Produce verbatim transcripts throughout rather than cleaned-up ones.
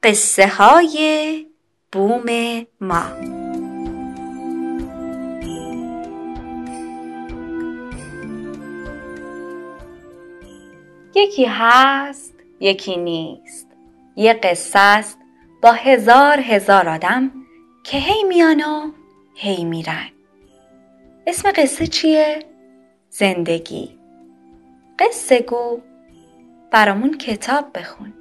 قصه های بوم ما. یکی هست یکی نیست، یه قصه است با هزار هزار آدم که هی میان و هی میرن. اسم قصه چیه؟ زندگی. قصه گو برامون کتاب بخون.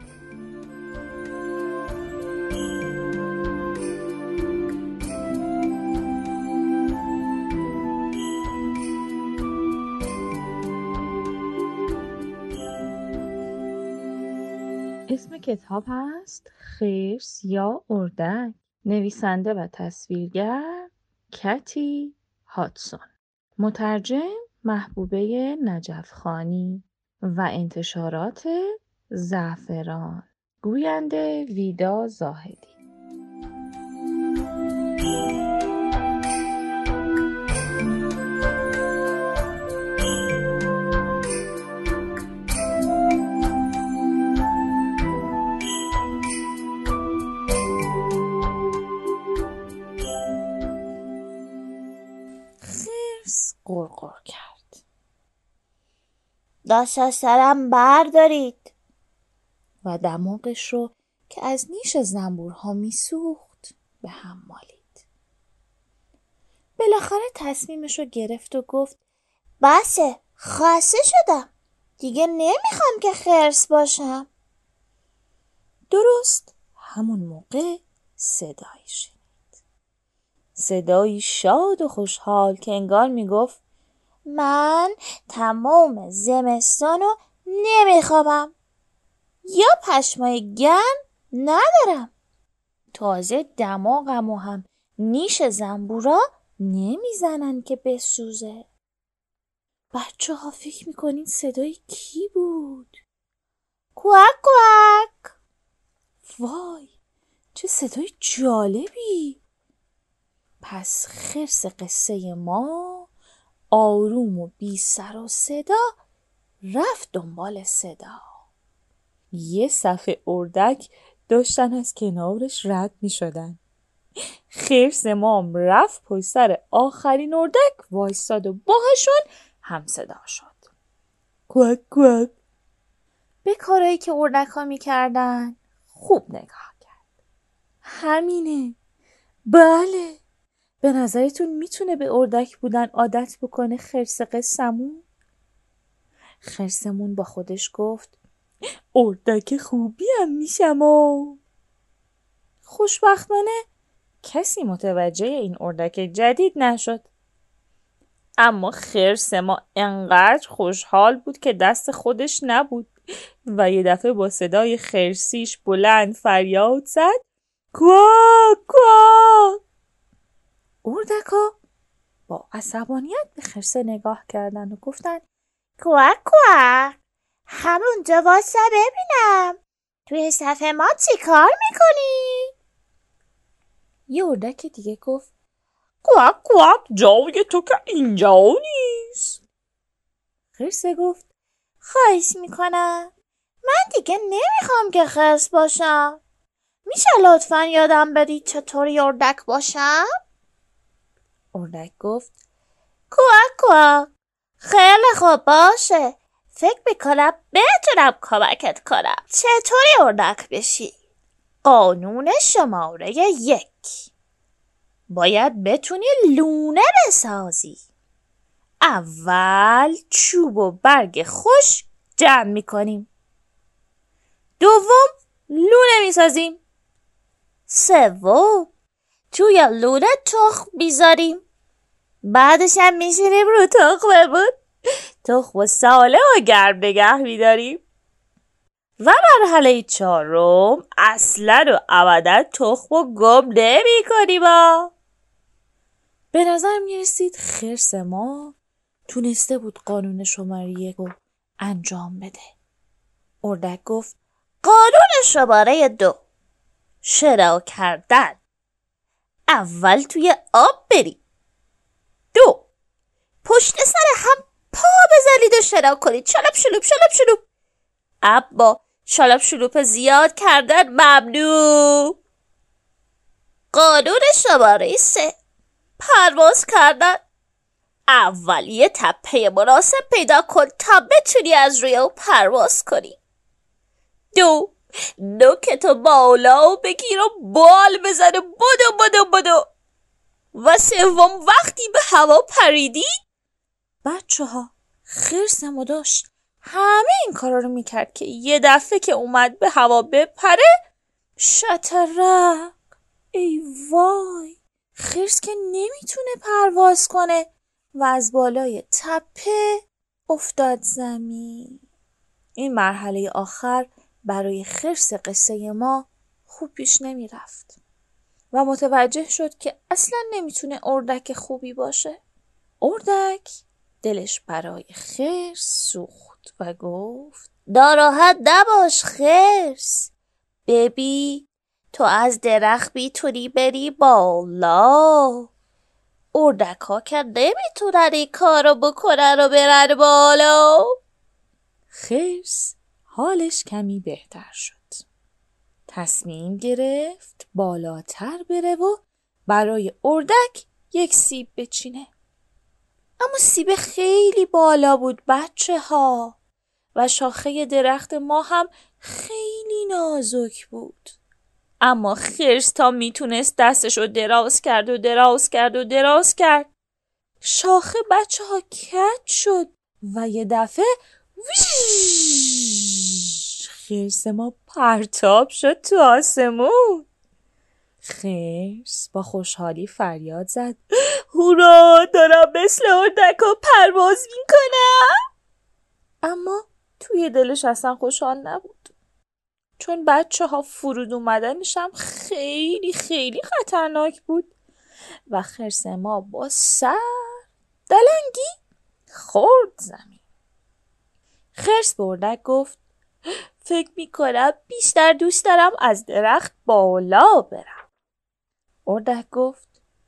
اسم کتاب هست خرس یا اردک. نویسنده و تصویرگر کتی هاتسون. مترجم محبوبه نجفخانی و انتشارات زعفران. گوینده ویدا زاهدی. خرس غرغر کرد. دست از سرم بردارید. و دماغش رو که از نیش زنبورها میسوخت به هم مالید. بالاخره تصمیمش رو گرفت و گفت بسه، خسته شدم، دیگه نمیخوام که خرس باشم. درست همون موقع صدایی شنید. صدایی شاد و خوشحال که انگار میگفت من تمام زمستانو نمیخوابم یا پشمای گرم ندارم، تازه دماغم و هم نیش زنبورا نمیزنن که بسوزه. بچه ها فکر میکنین صدای کی بود؟ کوک کوک. وای چه صدای جالبی. پس خرس قصه ما آروم و بی سر و صدا رفت دنبال صدا. یه صف اردک داشتن از کنارش رد می شدن. خرس مام رفت پشت سر آخرین اردک وایستاد و باهاشون هم صدا شد. کوک کوک. به کارایی که اردک ها می کردن خوب نگاه کرد. همینه. بله. به نظرتون میتونه به اردک بودن عادت بکنه خرس قصمون؟ خرسمون با خودش گفت اردک خوبی هم میشم و خوشبختانه کسی متوجه این اردک جدید نشد. اما خرس ما انقدر خوشحال بود که دست خودش نبود و یه دفعه با صدای خرسیش بلند فریاد زد کوک کوک. اردکا با عصبانیت به خرس نگاه کردن و گفتن کوک کوک، همونجا واسه ببینم توی صف ما چی کار میکنی؟ یه اردک دیگه گفت کوک کوک، جای تو که اینجا نیست. خرس گفت خواهش میکنم، من دیگه نمیخوام که خرس باشم، میشه لطفاً یادم بدید چطوری اردک باشم؟ اردک گفت کوک کوک، خیلی خوب باشه، فکر میکنم بتونم کمکت کنم چطوری اردک بشی. قانون شماره یک، باید بتونی لونه بسازی. اول چوب و برگ خوش جمع میکنیم، دوم لونه میسازیم، سوم توی لونه تخم میذاریم، بعدش هم میشینیم رو تخممون تخم سالم و گرم نگه میداریم و مرحله چهارم اصلا و ابدا تخم و گم نمی کنیم. به نظر میرسید خرس ما تونسته بود قانون شماره یک رو انجام بده. اردک گفت قانون شماره دو، شنا کردن. اول توی آب برید، دو پشت سر هم پا بزنید و شنا کنید، شلوب شلوب شلوب شلوب. اما شالاب شلوپ زیاد کردن ممنوع. قانون شماره سه، پرواز کردن. اول یه تپه مناسب پیدا کن تا بتونی از روی اون پرواز کنی. دو، نوکتو بالا بگیر و بال بزنه بدو بدو بدو. و سوم، وقتی به هوا پریدی. بچه ها خرسمو داشت همه این کارا رو میکرد که یه دفعه که اومد به هوا بپره شترک. ای وای، خرس که نمیتونه پرواز کنه و از بالای تپه افتاد زمین. این مرحله آخر برای خرس قصه ما خوب پیش نمی رفت و متوجه شد که اصلا نمیتونه اردک خوبی باشه. اردک دلش برای خرس سوخت و گفت ناراحت نباش خرس، ببین تو از درخت میتونی بری بالا. اردک ها که نمیتونن این کارو بکنن و برن بالا. خرس حالش کمی بهتر شد. تصمیم گرفت بالاتر بره و برای اردک یک سیب بچینه. اما سیب خیلی بالا بود بچه ها و شاخه درخت ما هم خیلی نازک بود. اما خرس تا میتونست دستشو دراز کرد و دراز کرد و دراز کرد. شاخه بچه ها کج شد و یه دفعه ویش، خرس ما پرتاب شد تو آسمون. خرس با خوشحالی فریاد زد هورا، دارم مثل اردکا پرواز میکنم. اما توی دلش اصلا خوشحال نبود، چون بچه ها فرود اومدنش هم خیلی خیلی خطرناک بود و خرس ما با سر دلنگی خورد زمین. خرس به اردک گفت فکر میکنم بیشتر دوست دارم از درخت بالا برم. اردک گفت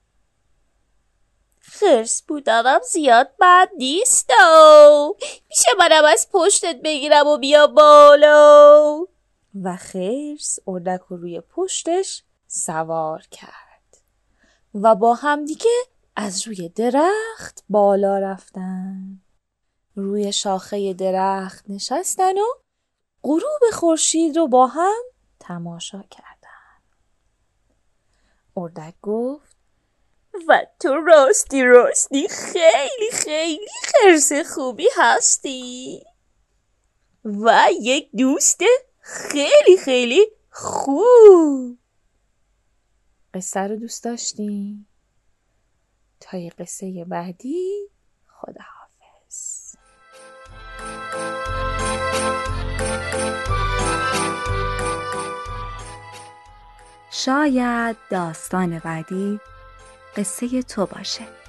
خرس بودنم زیاد بد نیست و میشه منم از پشتت بگیرم و بیا بالا. و خرس اردک رو روی پشتش سوار کرد و با هم دیگه از روی درخت بالا رفتن. روی شاخه درخت نشستن و غروب خورشید رو با هم تماشا کردن. اردک گفت و تو راستی راستی خیلی خیلی خرس خوبی هستی و یک دوست خیلی خیلی خوب. قصه رو دوست داشتین؟ تا یه قصه بعدی، خداحافظ. شاید داستان بعدی قصه تو باشه.